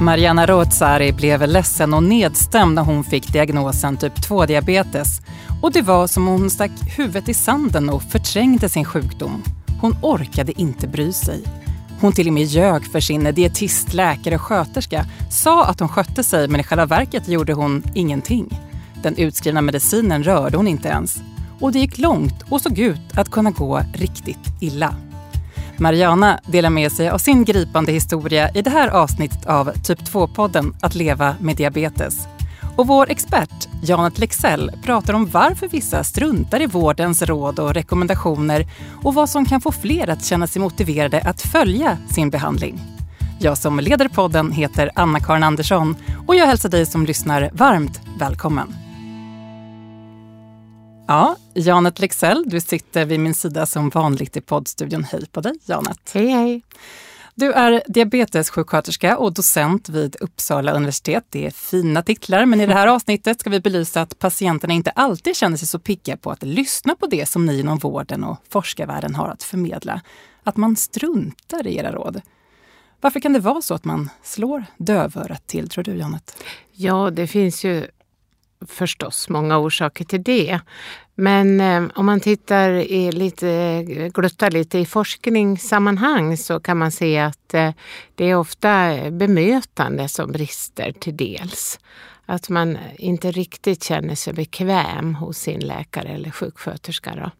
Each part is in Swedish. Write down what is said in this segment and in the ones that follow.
Mariana Rotsari blev ledsen och nedstämd när hon fick diagnosen typ 2-diabetes. Och det var som om hon stack huvudet i sanden och förträngde sin sjukdom. Hon orkade inte bry sig. Hon till och med ljög för sin dietist, läkare och sköterska. Sa att hon skötte sig, men i själva verket gjorde hon ingenting. Den utskrivna medicinen rörde hon inte ens. Och det gick långt och såg ut att kunna gå riktigt illa. Mariana delar med sig av sin gripande historia i det här avsnittet av Typ 2-podden Att leva med diabetes. Och vår expert, Janet Lexell, pratar om varför vissa struntar i vårdens råd och rekommendationer och vad som kan få fler att känna sig motiverade att följa sin behandling. Jag som leder podden heter Anna-Karin Andersson och jag hälsar dig som lyssnar varmt välkommen. Ja, Janet Lexell, du sitter vid min sida som vanligt i poddstudion. Hej på dig, Janet. Hej, hej. Du är diabetessjuksköterska och docent vid Uppsala universitet. Det är fina titlar, men i det här avsnittet ska vi belysa att patienterna inte alltid känner sig så pigga på att lyssna på det som ni inom vården och forskarvärlden har att förmedla. Att man struntar i era råd. Varför kan det vara så att man slår dövörat till, tror du, Janet? Ja, det finns ju förstås många orsaker till det. Men om man gluttar lite i forskningssammanhang så kan man se att det är ofta bemötande som brister till dels. Att man inte riktigt känner sig bekväm hos sin läkare eller sjuksköterska då.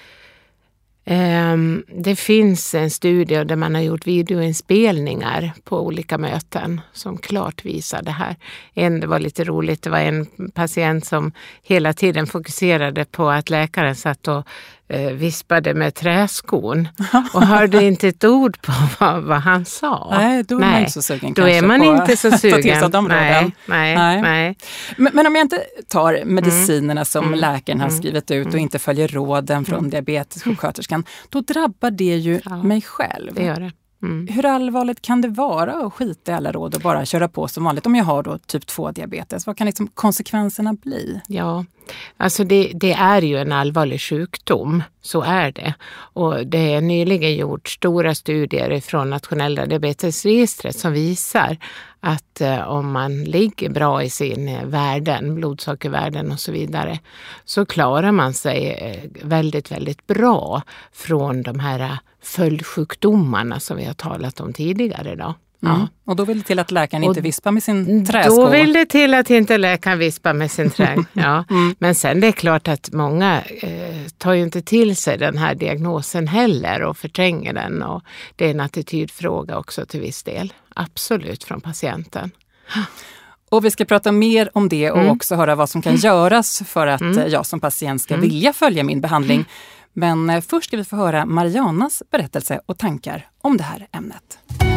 Det finns en studie där man har gjort videoinspelningar på olika möten som klart visar det här. Det var lite roligt, det var en patient som hela tiden fokuserade på att läkaren satt och vispade med träskon och hörde inte ett ord på vad han sa. Nej, då är man inte så sugen. Då är man inte så sugen. Nej. Men om jag inte tar medicinerna som läkaren har skrivit ut och inte följer råden från diabetessjuksköterskan, då drabbar det ju mig själv. Det gör det. Hur allvarligt kan det vara att skita i alla råd och bara köra på som vanligt? Om jag har då typ 2-diabetes, vad kan liksom konsekvenserna bli? Ja, alltså det är ju en allvarlig sjukdom, så är det. Och det är nyligen gjort stora studier från nationella diabetesregistret som visar att om man ligger bra i sin värden, blodsockervärden och så vidare, så klarar man sig väldigt, väldigt bra från de här följdsjukdomarna som vi har talat om tidigare då. Ja. Och då vill det till att läkaren inte vispar med sin träskå. Då vill det till att inte läkaren vispar med sin trä. Ja. Men sen det är klart att många tar ju inte till sig den här diagnosen heller och förtränger den. Och det är en attitydfråga också till viss del. Absolut från patienten. Och vi ska prata mer om det och också höra vad som kan göras för att jag som patient ska vilja följa min behandling. Men först ska vi få höra Marianas berättelse och tankar om det här ämnet.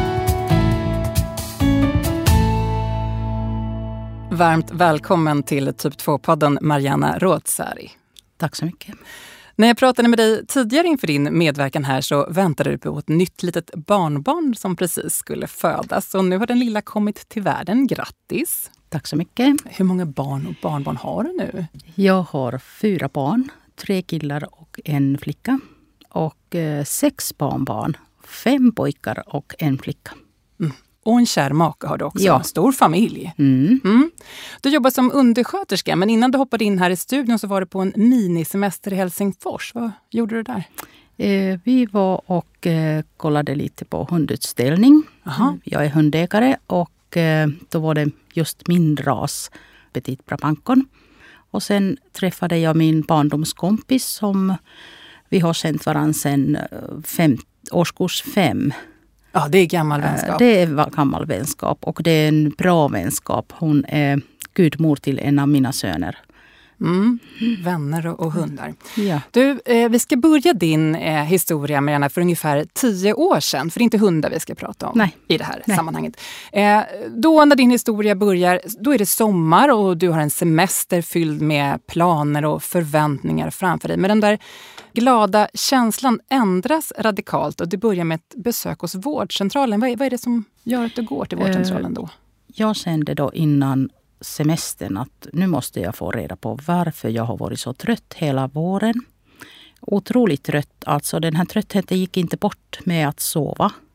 Varmt välkommen till Typ 2-podden Mariana Rotsari. Tack så mycket. När jag pratade med dig tidigare inför din medverkan här så väntade du på ett nytt litet barnbarn som precis skulle födas. Och nu har den lilla kommit till världen. Grattis! Tack så mycket. Hur många barn och barnbarn har du nu? Jag har 4 barn, 3 killar och 1 flicka. Och 6 barnbarn, 5 pojkar och 1 flicka. Och en kär maka har du också. Ja. Stor familj. Du jobbar som undersköterska, men innan du hoppade in här i studion så var du på en minisemester i Helsingfors. Vad gjorde du där? Vi var och kollade lite på hundutställning. Aha. Jag är hundägare och då var det just min ras, Petit Brabancon. Och sen träffade jag min barndomskompis som vi har känt varandra sedan årskurs 5. Ja, det är gammal vänskap. Det är gammal vänskap och det är en bra vänskap. Hon är gudmor till en av mina söner. Vänner och hundar. Ja. Du, vi ska börja din historia Mariana för ungefär 10 år sedan. För det är inte hundar vi ska prata om i det här sammanhanget. Då när din historia börjar, då är det sommar och du har en semester fylld med planer och förväntningar framför dig. Men den där glada känslan ändras radikalt och det börjar med ett besök hos vårdcentralen. Vad är det som gör att du går till vårdcentralen då? Jag kände då innan semestern att nu måste jag få reda på varför jag har varit så trött hela våren. Otroligt trött. Alltså den här tröttheten gick inte bort med att sova.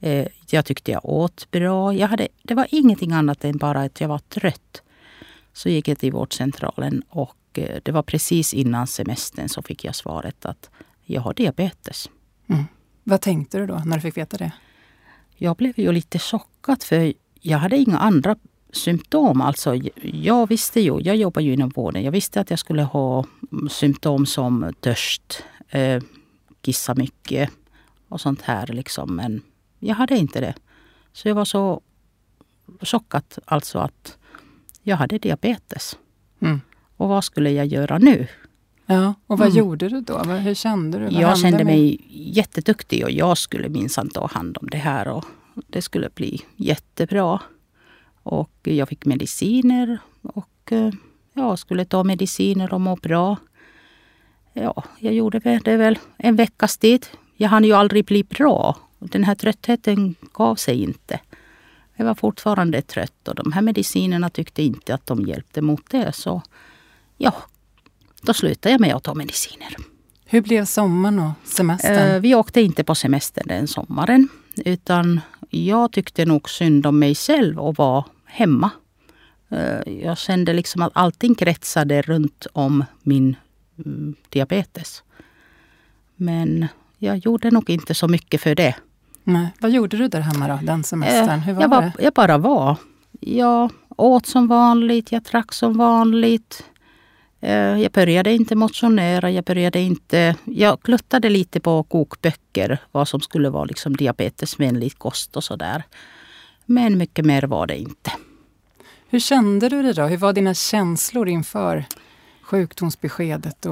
Jag tyckte jag åt bra. Det var ingenting annat än bara att jag var trött. Så gick jag till vårdcentralen och det var precis innan semestern så fick jag svaret att jag har diabetes. Mm. Vad tänkte du då när du fick veta det? Jag blev ju lite chockad för jag hade inga andra symptom. Alltså, jag visste ju, jag jobbar ju inom vården. Jag visste att jag skulle ha symptom som törst, kissa mycket och sånt här liksom. Men jag hade inte det. Så jag var så chockad alltså att jag hade diabetes. Mm. Och vad skulle jag göra nu? Ja, och vad gjorde du då? Hur kände du? Jag kände mig jätteduktig och jag skulle minsann ta hand om det här. Och det skulle bli jättebra. Och jag fick mediciner och jag skulle ta mediciner och må bra. Ja, jag gjorde det väl en veckas tid. Jag hann ju aldrig bli bra. Den här tröttheten gav sig inte. Jag var fortfarande trött och de här medicinerna tyckte inte att de hjälpte mot det. Så ja, då slutade jag med att ta mediciner. Hur blev sommaren och semestern? Vi åkte inte på semester den sommaren. Utan jag tyckte nog synd om mig själv och var hemma. Jag kände liksom att allting kretsade runt om min diabetes. Men jag gjorde nog inte så mycket för det. Nej. Vad gjorde du där hemma då, den semestern? Hur var det? Jag bara var. Jag åt som vanligt, jag drack som vanligt. Jag började inte motionera, jag kluttade lite på kokböcker. Vad som skulle vara liksom diabetesvänlig kost och sådär. Men mycket mer var det inte. Hur kände du det då? Hur var dina känslor inför sjukdomsbeskedet?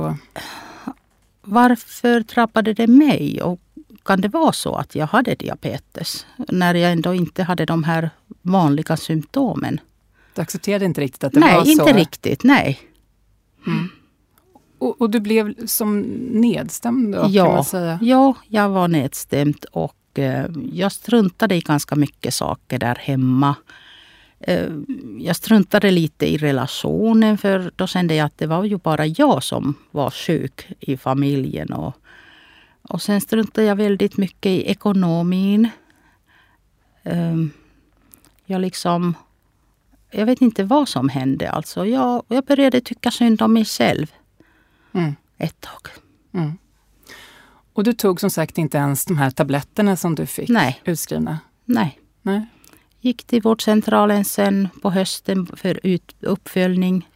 Varför drabbade det mig? Och kan det vara så att jag hade diabetes? När jag ändå inte hade de här vanliga symptomen. Du accepterade inte riktigt att det var så? Nej, inte riktigt, nej. Mm. Och du blev som nedstämd då, kan man säga? Ja, jag var nedstämd och jag struntade i ganska mycket saker där hemma. Jag struntade lite i relationen för då kände jag att det var ju bara jag som var sjuk i familjen. Och sen struntade jag väldigt mycket i ekonomin. Jag vet inte vad som hände. Alltså jag började tycka synd om mig själv ett tag. Mm. Och du tog som sagt inte ens de här tabletterna som du fick utskrivna? Nej. Gick till vårdcentralen sen på hösten för uppföljning.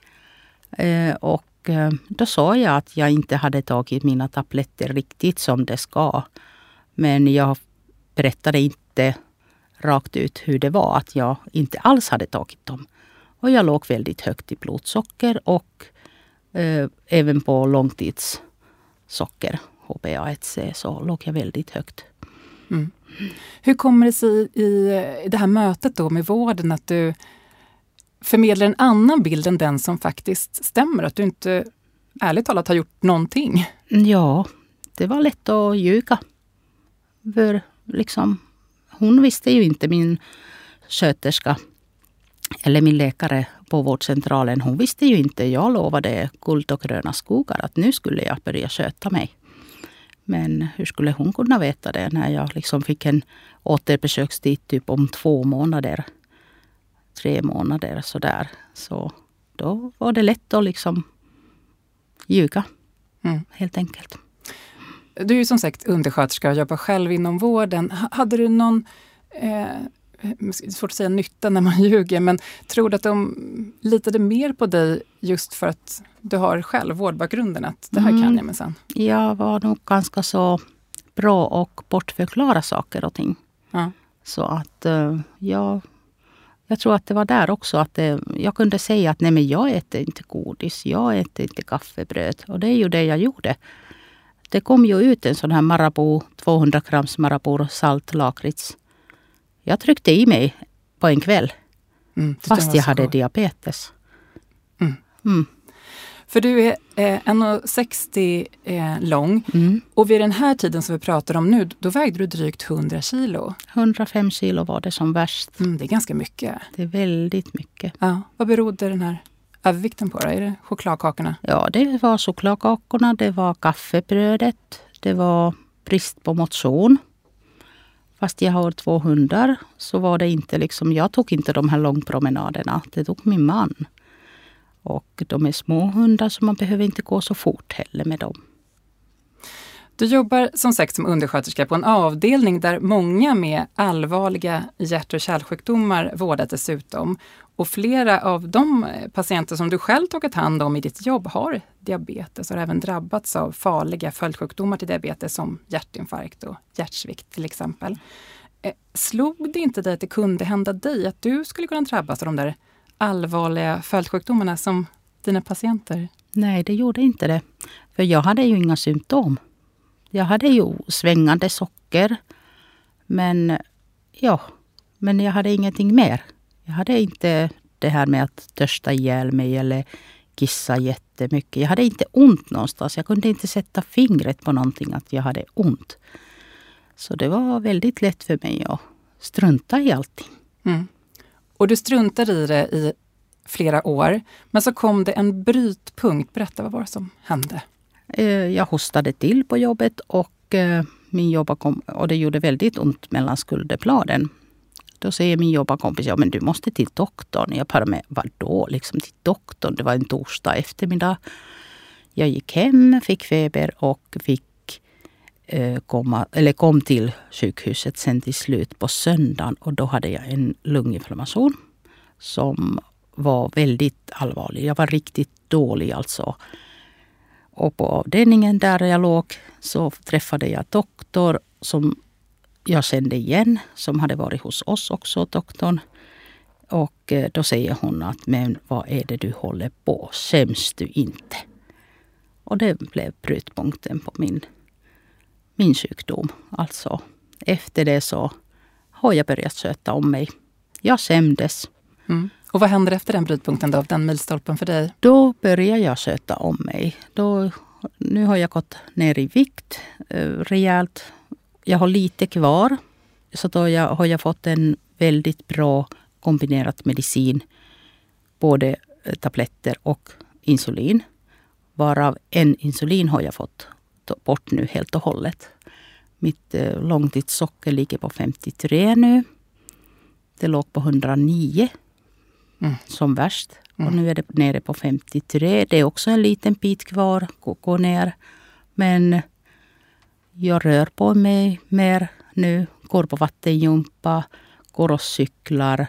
Och då sa jag att jag inte hade tagit mina tabletter riktigt som det ska. Men jag berättade inte rakt ut hur det var, att jag inte alls hade tagit dem. Och jag låg väldigt högt i blodsocker och även på långtidssocker, HbA1c, så låg jag väldigt högt. Mm. Hur kommer det sig i det här mötet då med vården att du förmedlar en annan bild än den som faktiskt stämmer? Att du inte ärligt talat har gjort någonting? Ja, det var lätt att ljuga. För liksom, hon visste ju inte, min sköterska eller min läkare på vårdcentralen. Hon visste ju inte, jag lovade guld och gröna skogar att nu skulle jag börja sköta mig. Men hur skulle hon kunna veta det när jag liksom fick en återbesökstid typ om 2 månader, 3 månader sådär. Så då var det lätt att liksom ljuga, helt enkelt. Du är ju som sagt undersköterska och jobbar själv inom vården. Hade du någon, svårt att säga nytta när man ljuger, men tror du att de litade mer på dig just för att du har själv vårdbakgrunden, att det här kan jag med sen? Jag var nog ganska så bra och bortförklara saker och ting. Ja. Så att jag tror att det var där också att jag kunde säga att nej, men jag äter inte godis, jag äter inte kaffebröd. Och det är ju det jag gjorde. Det kom ju ut en sån här Marabou, 200 grams Marabou salt lakrits. Jag tryckte i mig på en kväll. Fast jag hade diabetes. För du är 1,60 lång. Och vid den här tiden som vi pratar om nu, då vägde du drygt 100 kilo. 105 kilo var det som värst. Det är ganska mycket. Det är väldigt mycket. Ja. Vad berodde den här övervikten på då? Är det chokladkakorna? Ja, det var chokladkakorna, det var kaffebrödet, det var brist på motion. Fast jag har 2 hundar så var det inte liksom, jag tog inte de här långpromenaderna. Det tog min man. Och de är små hundar så man behöver inte gå så fort heller med dem. Du jobbar som sagt som undersköterska på en avdelning där många med allvarliga hjärt- och kärlsjukdomar vårdas dessutom. Och flera av de patienter som du själv tagit hand om i ditt jobb har diabetes och har även drabbats av farliga följdsjukdomar till diabetes som hjärtinfarkt och hjärtsvikt till exempel. Slog det inte dig att det kunde hända dig att du skulle kunna drabbas av de där allvarliga följdsjukdomarna som dina patienter? Nej, det gjorde inte det. För jag hade ju inga symptom. Jag hade ju svängande socker. Men jag hade ingenting mer. Jag hade inte det här med att törsta ihjäl mig eller kissa jättemycket. Jag hade inte ont någonstans. Jag kunde inte sätta fingret på någonting att jag hade ont. Så det var väldigt lätt för mig att strunta i allting. Mm. Och du struntade i det i flera år. Men så kom det en brytpunkt. Berätta, vad var det som hände? Jag hostade till på jobbet och min jobbarkompis, och det gjorde väldigt ont mellan skulderbladen. Då säger min jobbarkompis, men du måste till doktorn. Jag bara, men vadå liksom till doktorn? Det var en torsdag eftermiddag. Jag gick hem, fick feber och kom till sjukhuset sen till slut på söndagen. Och då hade jag en lunginflammation som var väldigt allvarlig. Jag var riktigt dålig alltså. Och på avdelningen där jag låg så träffade jag doktor som jag kände igen, som hade varit hos oss också, doktorn. Och då säger hon att, men vad är det du håller på? Skäms du inte? Och det blev brytpunkten på min sjukdom. Alltså, efter det så har jag börjat sköta om mig. Jag skämdes. Mm. Och vad händer efter den brytpunkten då, den milstolpen för dig? Då börjar jag sköta om mig. Nu har jag gått ner i vikt rejält. Jag har lite kvar. Så då har jag fått en väldigt bra kombinerat medicin. Både tabletter och insulin. Varav en insulin har jag fått bort nu helt och hållet. Mitt långtidssocker ligger på 53 nu. Det låg på 109 som värst. Och nu är det nere på 53. Det är också en liten bit kvar. Gå ner. Men jag rör på mig mer nu. Går på vattenjumpa. Går och cyklar.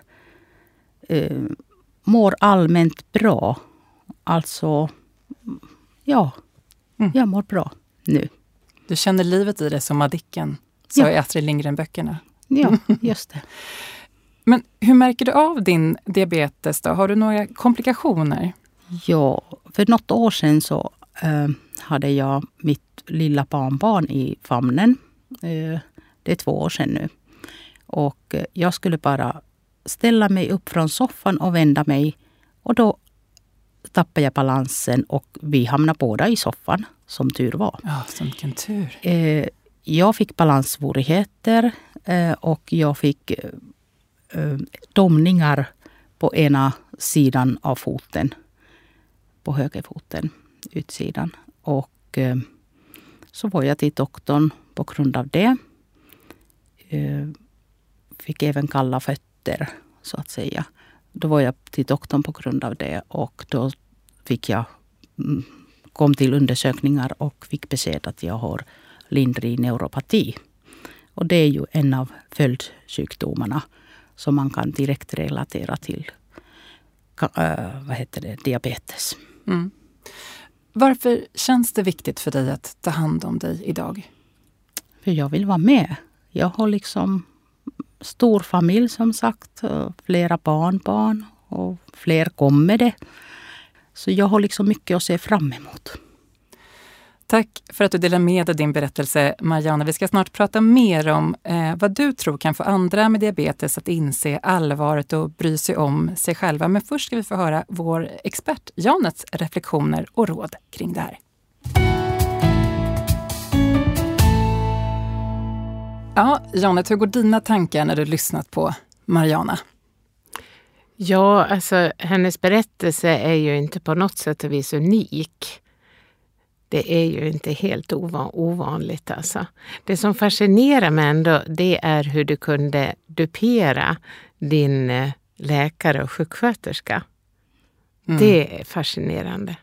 Mår allmänt bra. Alltså, ja. Jag mår bra nu. Du känner livet i det som Madicken, sa i Astrid Lindgren-böckerna. Ja, just det. Men hur märker du av din diabetes då? Har du några komplikationer? Ja, för något år sedan så hade jag mitt lilla barnbarn i famnen. Det är 2 år sedan nu. Och jag skulle bara ställa mig upp från soffan och vända mig. Och då tappade jag balansen och vi hamnade båda i soffan, som tur var. Ja, som vilken tur. Jag fick balanssvårigheter och jag fick domningar på ena sidan av foten. På högerfoten, utsidan. Och så var jag till doktorn på grund av det. Fick även kalla fötter, så att säga. Då var jag till doktorn på grund av det och då kom till undersökningar och fick besked att jag har lindrig neuropati. Och det är ju en av följdsjukdomarna som man kan direkt relatera till diabetes. Mm. Varför känns det viktigt för dig att ta hand om dig idag? För jag vill vara med. Jag har liksom stor familj som sagt. Flera barnbarn och fler kommer det. Så jag har liksom mycket att se fram emot. Tack för att du delar med dig din berättelse, Mariana. Vi ska snart prata mer om vad du tror kan få andra med diabetes att inse allvaret och bry sig om sig själva. Men först ska vi få höra vår expert Janets reflektioner och råd kring det här. Ja, Janet, hur går dina tankar när du lyssnat på Mariana? Ja, alltså hennes berättelse är ju inte på något sätt och vis unik. det är ju inte helt ovanligt alltså. Det som fascinerar mig ändå, det är hur du kunde dupera din läkare och sjuksköterska. Det är fascinerande.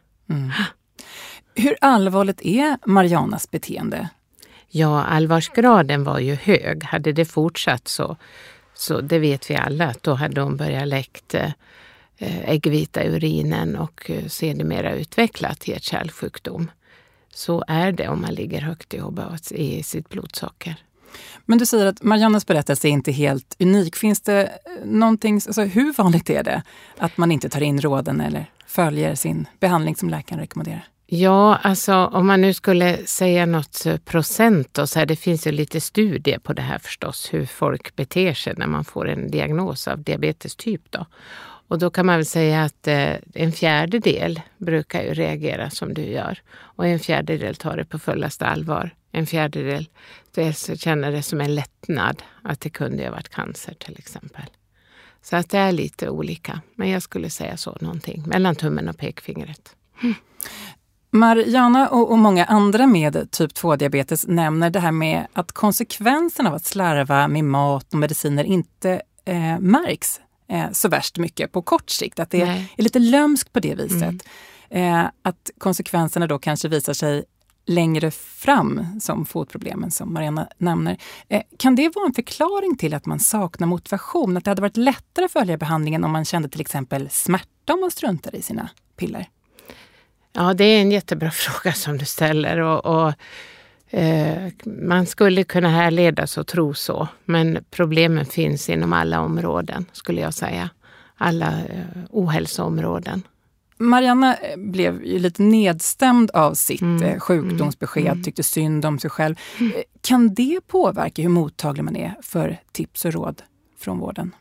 Hur allvarligt är Marianas beteende? Ja, allvarsgraden var ju hög. Hade det fortsatt så det vet vi alla att då hade hon börjat läckt äggvita urinen och sedermera utvecklat hjärt-kärlsjukdom. Så är det om man ligger högt i sitt blodsocker. Men du säger att Marianas berättelse är inte helt unik. Finns det någonting, alltså hur vanligt är det att man inte tar in råden eller följer sin behandling som läkaren rekommenderar? Ja, alltså om man nu skulle säga något procent då, så här, det finns ju lite studier på det här förstås, hur folk beter sig när man får en diagnos av diabetes typ då. Och då kan man väl säga att 1/4 brukar ju reagera som du gör. Och 1/4 tar det på fullaste allvar. 1/4 känner det som en lättnad att det kunde ha varit cancer till exempel. Så att det är lite olika. Men jag skulle säga så någonting mellan tummen och pekfingret. Mariana och många andra med typ 2-diabetes nämner det här med att konsekvenserna av att slarva med mat och mediciner inte märks så värst mycket på kort sikt. Att det är lite lömskt på det viset. Att konsekvenserna då kanske visar sig längre fram som fotproblemen som Mariana nämner. Kan det vara en förklaring till att man saknar motivation? Att det hade varit lättare att följa behandlingen om man kände till exempel smärta om man struntade i sina piller? Ja, det är en jättebra fråga som du ställer och man skulle kunna härledas och tro så. Men problemen finns inom alla områden skulle jag säga. Alla ohälsoområden. Mariana blev ju lite nedstämd av sitt sjukdomsbesked, tyckte synd om sig själv. Kan det påverka hur mottaglig man är för tips och råd från vården?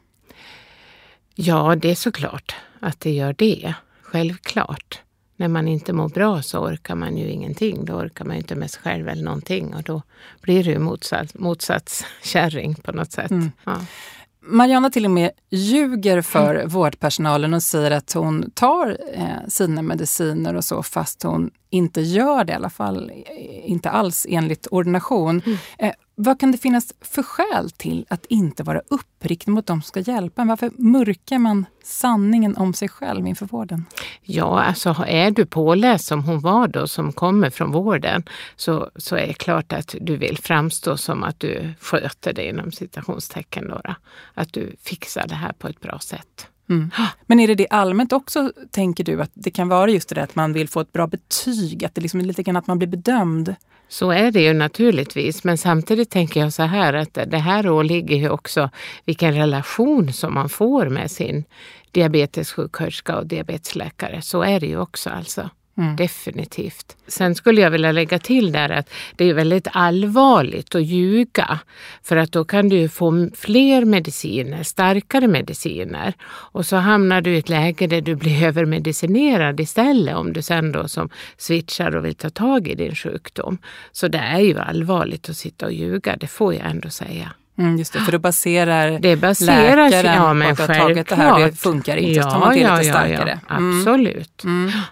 Ja, det är såklart att det gör det. Självklart. När man inte mår bra så orkar man ju ingenting. Då orkar man ju inte med sig själv eller någonting. Och då blir det ju motsatskärring på något sätt. Ja. Mariana till och med ljuger för vårdpersonalen och säger att hon tar sina mediciner och så, fast hon inte gör det, i alla fall inte alls enligt ordination. Vad kan det finnas för skäl till att inte vara uppriktig mot de som ska hjälpa? Varför mörkar man sanningen om sig själv inför vården? Ja, alltså är du påläst som hon var då, som kommer från vården, så är det klart att du vill framstå som att du sköter det inom citationstecken då. Att du fixar det här på ett bra sätt. Men är det allmänt också, tänker du, att det kan vara just det att man vill få ett bra betyg, att det liksom är lite grann att man blir bedömd? Så är det ju naturligtvis, men samtidigt tänker jag så här att det här åligger ju också vilken relation som man får med sin diabetessjuksköterska och diabetesläkare. Så är det ju också alltså. Definitivt. Sen skulle jag vilja lägga till där att det är väldigt allvarligt att ljuga. För att då kan du få fler mediciner, starkare mediciner. Och så hamnar du i ett läge där du blir övermedicinerad istället om du sen då som switchar och vill ta tag i din sjukdom. Så det är ju allvarligt att sitta och ljuga, det får jag ändå säga. Just det, för då baserar läkaren ja, men på att ha tagit det här, det funkar inte, så tar man till lite starkare. Ja, absolut.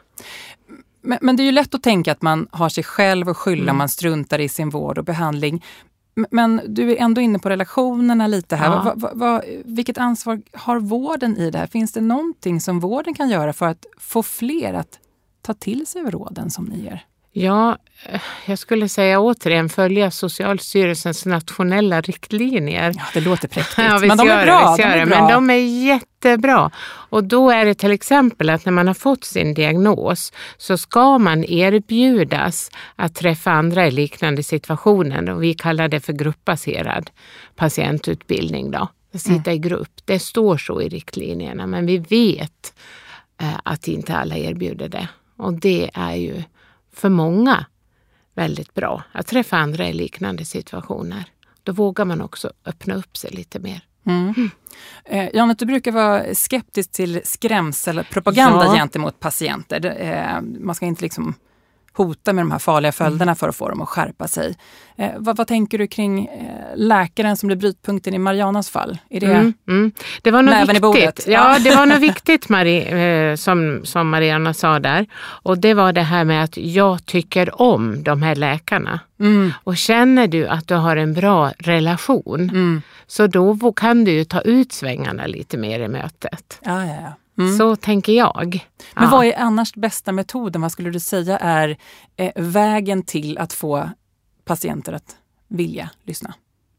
Men det är ju lätt att tänka att man har sig själv att skylla, man struntar i sin vård och behandling. Men du är ändå inne på relationerna lite här. Ja. Vilket ansvar har vården i det här? Finns det någonting som vården kan göra för att få fler att ta till sig av råden som ni ger? Ja, jag skulle säga återigen följa Socialstyrelsens nationella riktlinjer. Ja, det låter präktigt. Ja, men de är bra. Men de är jättebra. Och då är det till exempel att när man har fått sin diagnos så ska man erbjudas att träffa andra i liknande situationer. Och vi kallar det för gruppbaserad patientutbildning då. Att sitta i grupp. Det står så i riktlinjerna, men vi vet att inte alla erbjuder det. Och det är ju för många väldigt bra att träffa andra i liknande situationer. Då vågar man också öppna upp sig lite mer. Janet, du brukar vara skeptisk till skrämselpropaganda gentemot patienter. Man ska inte liksom hota med de här farliga följderna för att få dem att skärpa sig. Vad tänker du kring läkaren som blir brytpunkten i Marianas fall? Är det, det var nog näven i bordet? Ja, det var nog viktigt som Mariana sa där. Och det var det här med att jag tycker om de här läkarna. Och känner du att du har en bra relation så då kan du ju ta ut svängarna lite mer i mötet. Ja. Så tänker jag. Men vad är annars bästa metoden? Vad skulle du säga är vägen till att få patienter att vilja lyssna?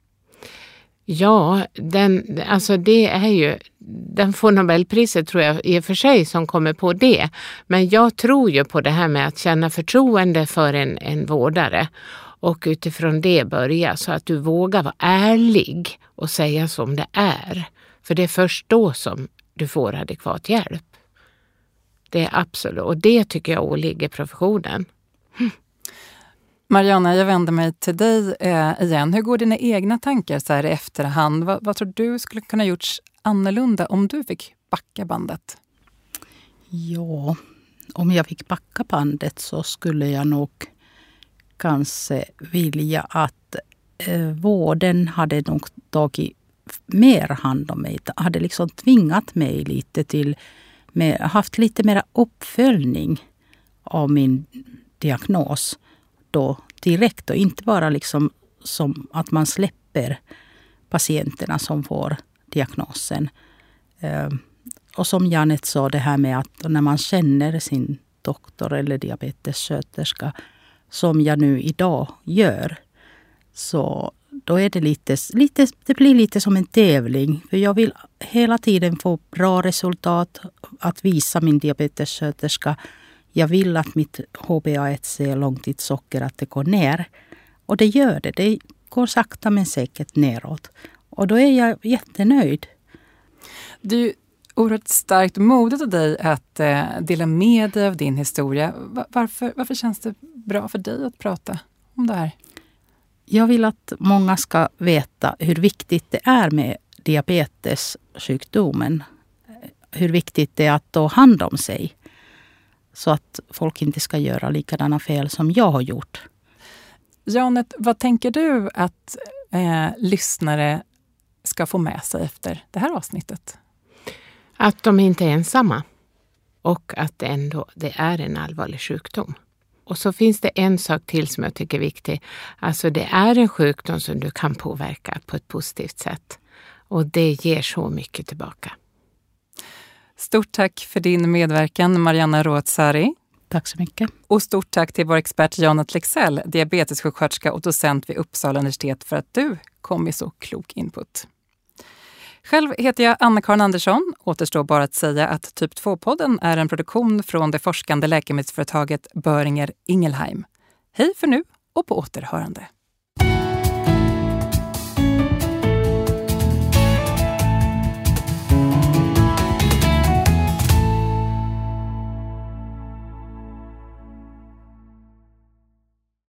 Ja, det är ju, den får Nobelpriset tror jag i och för sig som kommer på det. Men jag tror ju på det här med att känna förtroende för en vårdare. Och utifrån det börja så att du vågar vara ärlig och säga som det är. För det är först då som du får adekvat hjälp. Det är absolut. Och det tycker jag åligger professionen. Mariana, jag vänder mig till dig igen. Hur går dina egna tankar så här i efterhand? Vad tror du skulle kunna gjorts annorlunda om du fick backa bandet? Ja, om jag fick backa bandet så skulle jag nog kanske vilja att vården hade nog tagit mer hand om mig. Hade liksom tvingat mig lite till, haft lite mer uppföljning av min diagnos då direkt och inte bara liksom som att man släpper patienterna som får diagnosen. Och som Janet sa, det här med att när man känner sin doktor eller diabetessköterska som jag nu idag gör, så då är det det blir lite som en tävling. För jag vill hela tiden få bra resultat, att visa min diabetessköterska. Jag vill att mitt HbA1c långtidssocker att det går ner. Och det gör det. Det går sakta men säkert neråt. Och då är jag jättenöjd. Det är ju oerhört starkt modigt av dig att dela med dig av din historia. Varför känns det bra för dig att prata om det här? Jag vill att många ska veta hur viktigt det är med diabetessjukdomen. Hur viktigt det är att ta hand om sig. Så att folk inte ska göra likadana fel som jag har gjort. Janet, vad tänker du att lyssnare ska få med sig efter det här avsnittet? Att de inte är ensamma. Och att det är en allvarlig sjukdom. Och så finns det en sak till som jag tycker är viktig. Alltså det är en sjukdom som du kan påverka på ett positivt sätt. Och det ger så mycket tillbaka. Stort tack för din medverkan, Mariana Ruotsari. Tack så mycket. Och stort tack till vår expert Janet Lexell, diabetessjuksköterska och docent vid Uppsala universitet, för att du kom med så klok input. Själv heter jag Anna-Karin Andersson. Återstår bara att säga att Typ 2-podden är en produktion från det forskande läkemedelsföretaget Boehringer Ingelheim. Hej för nu och på återhörande.